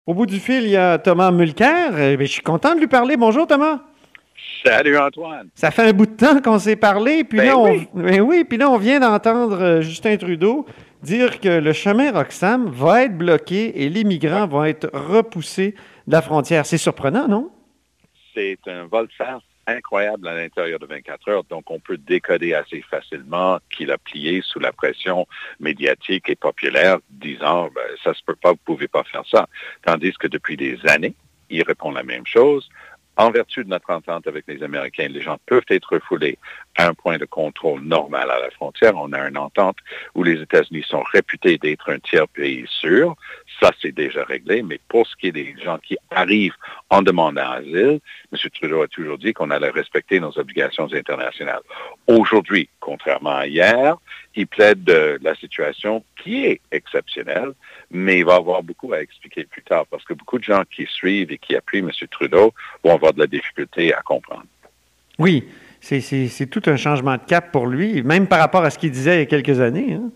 Au bout du fil, il y a Thomas Mulcair. Je suis content de lui parler. Bonjour, Thomas. Salut Antoine. Ça fait un bout de temps qu'on s'est parlé. Puis là, Oui. puis là, on vient d'entendre Justin Trudeau dire que le chemin Roxham va être bloqué et les migrants vont être repoussés de la frontière. C'est surprenant, non? C'est un volte-face incroyable à l'intérieur de 24 heures, donc on peut décoder assez facilement qu'il a plié sous la pression médiatique et populaire, disant ça se peut pas, vous pouvez pas faire ça. Tandis que depuis des années, il répond la même chose. En vertu de notre entente avec les Américains, les gens peuvent être refoulés à un point de contrôle normal à la frontière. On a une entente où les États-Unis sont réputés d'être un tiers pays sûr. Ça, c'est déjà réglé. Mais pour ce qui est des gens qui arrivent en demandant asile, M. Trudeau a toujours dit qu'on allait respecter nos obligations internationales. Aujourd'hui, contrairement à hier, il plaide de la situation qui est exceptionnelle, mais il va avoir beaucoup à expliquer plus tard parce que beaucoup de gens qui suivent et qui appuient M. Trudeau vont avoir de la difficulté à comprendre. Oui, c'est tout un changement de cap pour lui, même par rapport à ce qu'il disait il y a quelques années. Hein?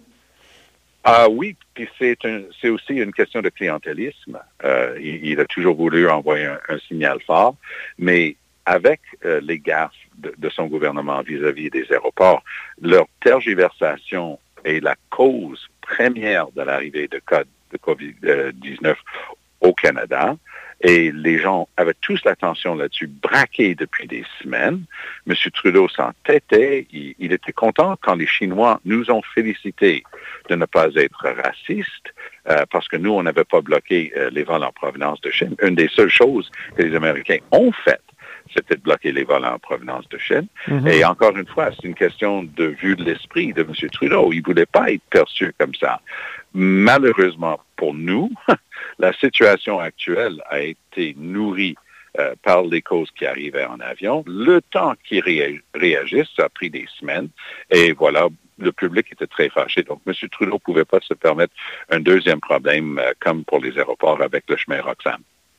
Ah oui, puis c'est aussi une question de clientélisme. Il a toujours voulu envoyer un signal fort, mais avec les gaffes de son gouvernement vis-à-vis des aéroports, leur tergiversation est la cause première de l'arrivée de cas de COVID-19 au Canada. Et les gens avaient tous l'attention là-dessus, braqués depuis des semaines. M. Trudeau s'entêtait. Il était content quand les Chinois nous ont félicités de ne pas être racistes, parce que nous, on n'avait pas bloqué les vols en provenance de Chine. Une des seules choses que les Américains ont faites, c'était de bloquer les vols en provenance de Chine. Mm-hmm. Et encore une fois, c'est une question de vue de l'esprit de M. Trudeau. Il ne voulait pas être perçu comme ça. Malheureusement pour nous, la situation actuelle a été nourrie par les causes qui arrivaient en avion. Le temps qu'ils réagissent, ça a pris des semaines. Et voilà, le public était très fâché. Donc, M. Trudeau ne pouvait pas se permettre un deuxième problème comme pour les aéroports avec le chemin Roxham.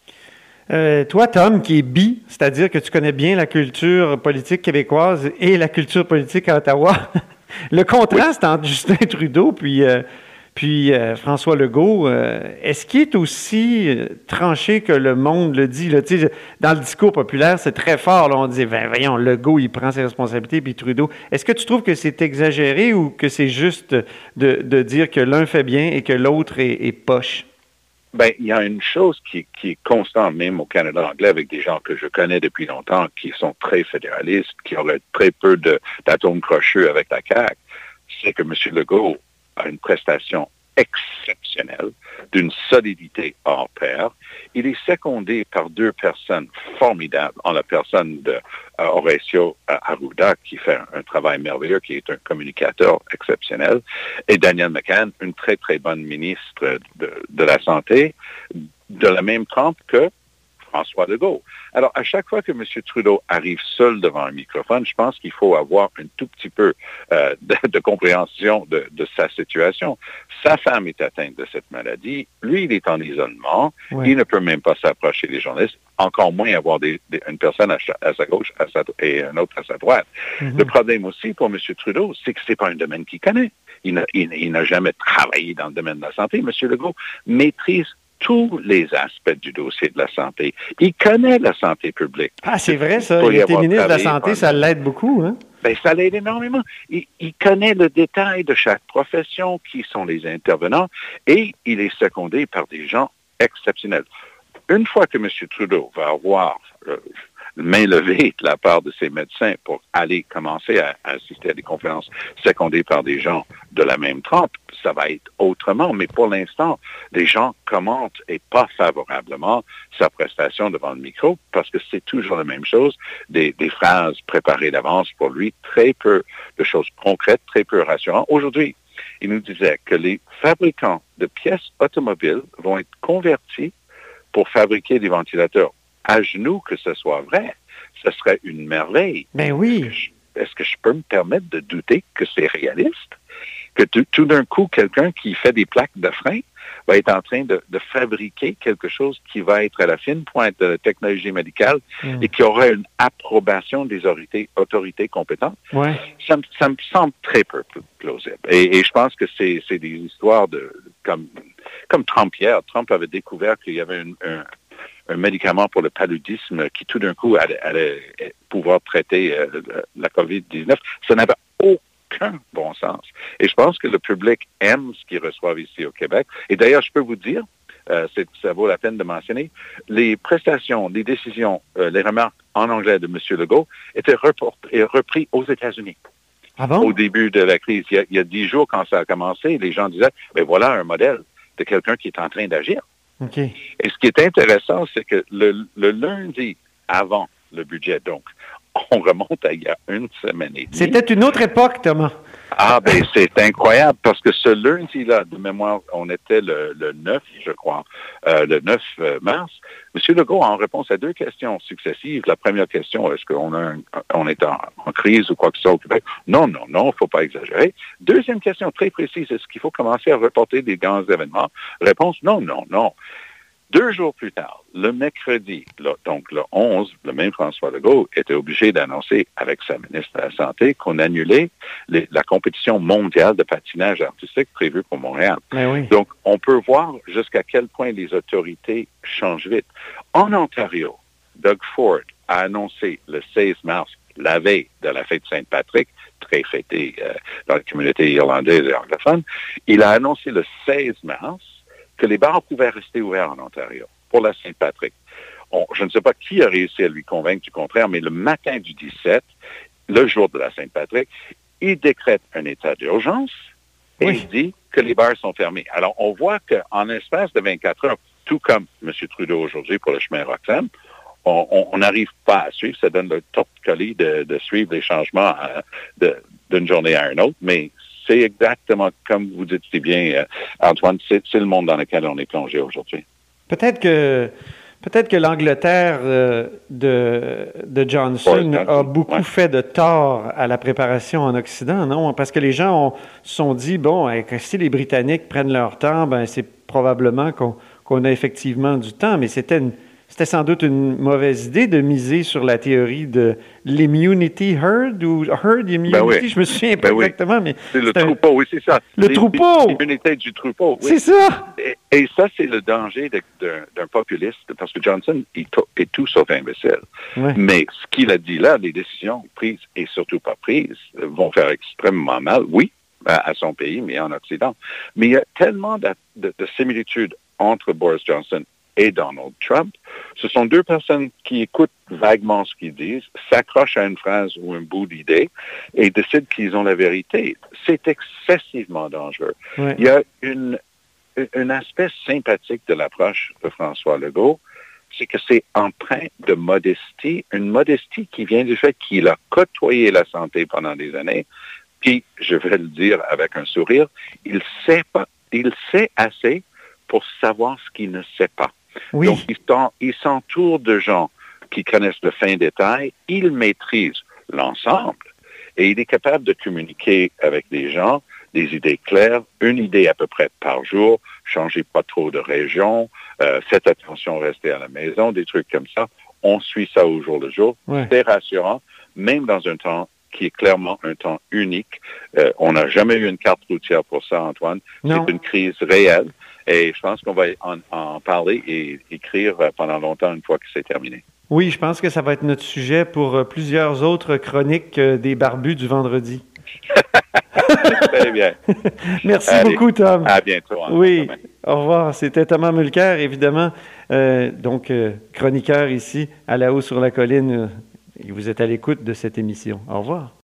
Toi, Tom, qui est bi, c'est-à-dire que tu connais bien la culture politique québécoise et la culture politique à Ottawa, le contraste entre Justin Trudeau puis François Legault, est-ce qu'il est aussi tranché que le monde le dit? Là? Dans le discours populaire, c'est très fort. Là, on dit, voyons, Legault, il prend ses responsabilités, puis Trudeau. Est-ce que tu trouves que c'est exagéré ou que c'est juste de dire que l'un fait bien et que l'autre est poche? Il y a une chose qui est constante, même au Canada anglais, avec des gens que je connais depuis longtemps, qui sont très fédéralistes, qui auraient très peu d'atomes crochus avec la CAQ, c'est que M. Legault a une prestation exceptionnelle, d'une solidité hors pair. Il est secondé par deux personnes formidables, en la personne de Horacio Arruda, qui fait un travail merveilleux, qui est un communicateur exceptionnel, et Danielle McCann, une très, très bonne ministre de la Santé, de la même trempe que François Legault. Alors, à chaque fois que M. Trudeau arrive seul devant un microphone, je pense qu'il faut avoir un tout petit peu de compréhension de sa situation. Sa femme est atteinte de cette maladie. Lui, il est en isolement. Ouais. Il ne peut même pas s'approcher des journalistes, encore moins avoir une personne à sa gauche et une autre à sa droite. Mm-hmm. Le problème aussi pour M. Trudeau, c'est que ce n'est pas un domaine qu'il connaît. Il n'a jamais travaillé dans le domaine de la santé. M. Legault maîtrise tous les aspects du dossier de la santé. Il connaît la santé publique. Ah, c'est vrai, ça. Il était ministre de la Santé, ça l'aide beaucoup, hein? Ça l'aide énormément. Il connaît le détail de chaque profession, qui sont les intervenants, et il est secondé par des gens exceptionnels. Une fois que M. Trudeau va avoir main levée de la part de ses médecins pour aller commencer à assister à des conférences secondées par des gens de la même trempe, ça va être autrement. Mais pour l'instant, les gens commentent et pas favorablement sa prestation devant le micro parce que c'est toujours la même chose, des phrases préparées d'avance pour lui, très peu de choses concrètes, très peu rassurantes. Aujourd'hui, il nous disait que les fabricants de pièces automobiles vont être convertis pour fabriquer des ventilateurs. À genoux que ce soit vrai, ce serait une merveille. Ben oui. Est-ce que je peux me permettre de douter que c'est réaliste? que tout d'un coup, quelqu'un qui fait des plaques de frein va être en train de fabriquer quelque chose qui va être à la fine pointe de la technologie médicale et qui aura une approbation des autorités compétentes. Ouais. Ça me semble très peu plausible. Et je pense que c'est des histoires comme Trump hier. Trump avait découvert qu'il y avait un médicament pour le paludisme qui tout d'un coup allait pouvoir traiter la COVID-19. Ça n'avait aucun bon sens. Et je pense que le public aime ce qu'ils reçoivent ici au Québec. Et d'ailleurs, je peux vous dire, ça vaut la peine de mentionner, les prestations, les décisions, les remarques en anglais de M. Legault étaient repris aux États-Unis. Ah bon? Au début de la crise. Il y a 10 jours, quand ça a commencé, les gens disaient, voilà un modèle de quelqu'un qui est en train d'agir. Okay. Et ce qui est intéressant, c'est que le lundi avant le budget, donc, on remonte à il y a une semaine et demie. C'était une autre époque, Thomas. Ah, ben c'est incroyable, parce que ce lundi-là, de mémoire, on était le 9, je crois, le 9 mars. M. Legault, en réponse à 2 questions successives, la première question, est-ce qu'on est en crise ou quoi que ce soit au Québec? Non, il ne faut pas exagérer. Deuxième question très précise, est-ce qu'il faut commencer à reporter des grands événements? Réponse, non. 2 jours plus tard, le mercredi, donc le 11, le même François Legault était obligé d'annoncer avec sa ministre de la Santé qu'on annulait la compétition mondiale de patinage artistique prévue pour Montréal. Oui. Donc, on peut voir jusqu'à quel point les autorités changent vite. En Ontario, Doug Ford a annoncé le 16 mars, la veille de la fête Saint-Patrick, très fêtée dans la communauté irlandaise et anglophone, il a annoncé le 16 mars que les bars pouvaient rester ouverts en Ontario pour la Saint-Patrick. Je ne sais pas qui a réussi à lui convaincre du contraire, mais le matin du 17, le jour de la Saint-Patrick, il décrète un état d'urgence et il dit que les bars sont fermés. Alors, on voit qu'en espace de 24 heures, tout comme M. Trudeau aujourd'hui pour le chemin Roxham, on n'arrive pas à suivre. Ça donne le torticolis de suivre les changements d'une journée à une autre, mais c'est exactement comme vous dites si bien, Antoine, c'est le monde dans lequel on est plongé aujourd'hui. Peut-être que l'Angleterre de Johnson a beaucoup fait de tort à la préparation en Occident, non? Parce que les gens se sont dit, si les Britanniques prennent leur temps, c'est probablement qu'on a effectivement du temps, mais c'était sans doute une mauvaise idée de miser sur la théorie de l'immunity herd ou herd immunity, je me souviens pas exactement, mais c'est le troupeau, oui, c'est ça. Le troupeau! L'immunité du troupeau, oui. C'est ça! Et ça, c'est le danger d'un populiste, parce que Johnson est tout sauf imbécile. Ouais. Mais ce qu'il a dit là, les décisions prises et surtout pas prises vont faire extrêmement mal, oui, à son pays, mais en Occident. Mais il y a tellement de similitudes entre Boris Johnson et Donald Trump. Ce sont 2 personnes qui écoutent vaguement ce qu'ils disent, s'accrochent à une phrase ou un bout d'idée et décident qu'ils ont la vérité. C'est excessivement dangereux. Ouais. Il y a un aspect sympathique de l'approche de François Legault, c'est que c'est empreint de modestie, une modestie qui vient du fait qu'il a côtoyé la santé pendant des années, puis, je vais le dire avec un sourire, il sait assez pour savoir ce qu'il ne sait pas. Oui. Donc, il s'entoure de gens qui connaissent le fin détail, il maîtrise l'ensemble et il est capable de communiquer avec des gens, des idées claires, une idée à peu près par jour, changez pas trop de région, faites attention, restez à la maison, des trucs comme ça. On suit ça au jour le jour. Ouais. C'est rassurant, même dans un temps qui est clairement un temps unique. On n'a jamais eu une carte routière pour ça, Antoine. Non. C'est une crise réelle. Et je pense qu'on va en parler et écrire pendant longtemps une fois que c'est terminé. Oui, je pense que ça va être notre sujet pour plusieurs autres chroniques des barbus du vendredi. Très bien. Merci beaucoup, Tom. À bientôt. Oui, au revoir. C'était Thomas Mulcair, évidemment, chroniqueur ici à La Haut sur la Colline. Et vous êtes à l'écoute de cette émission. Au revoir.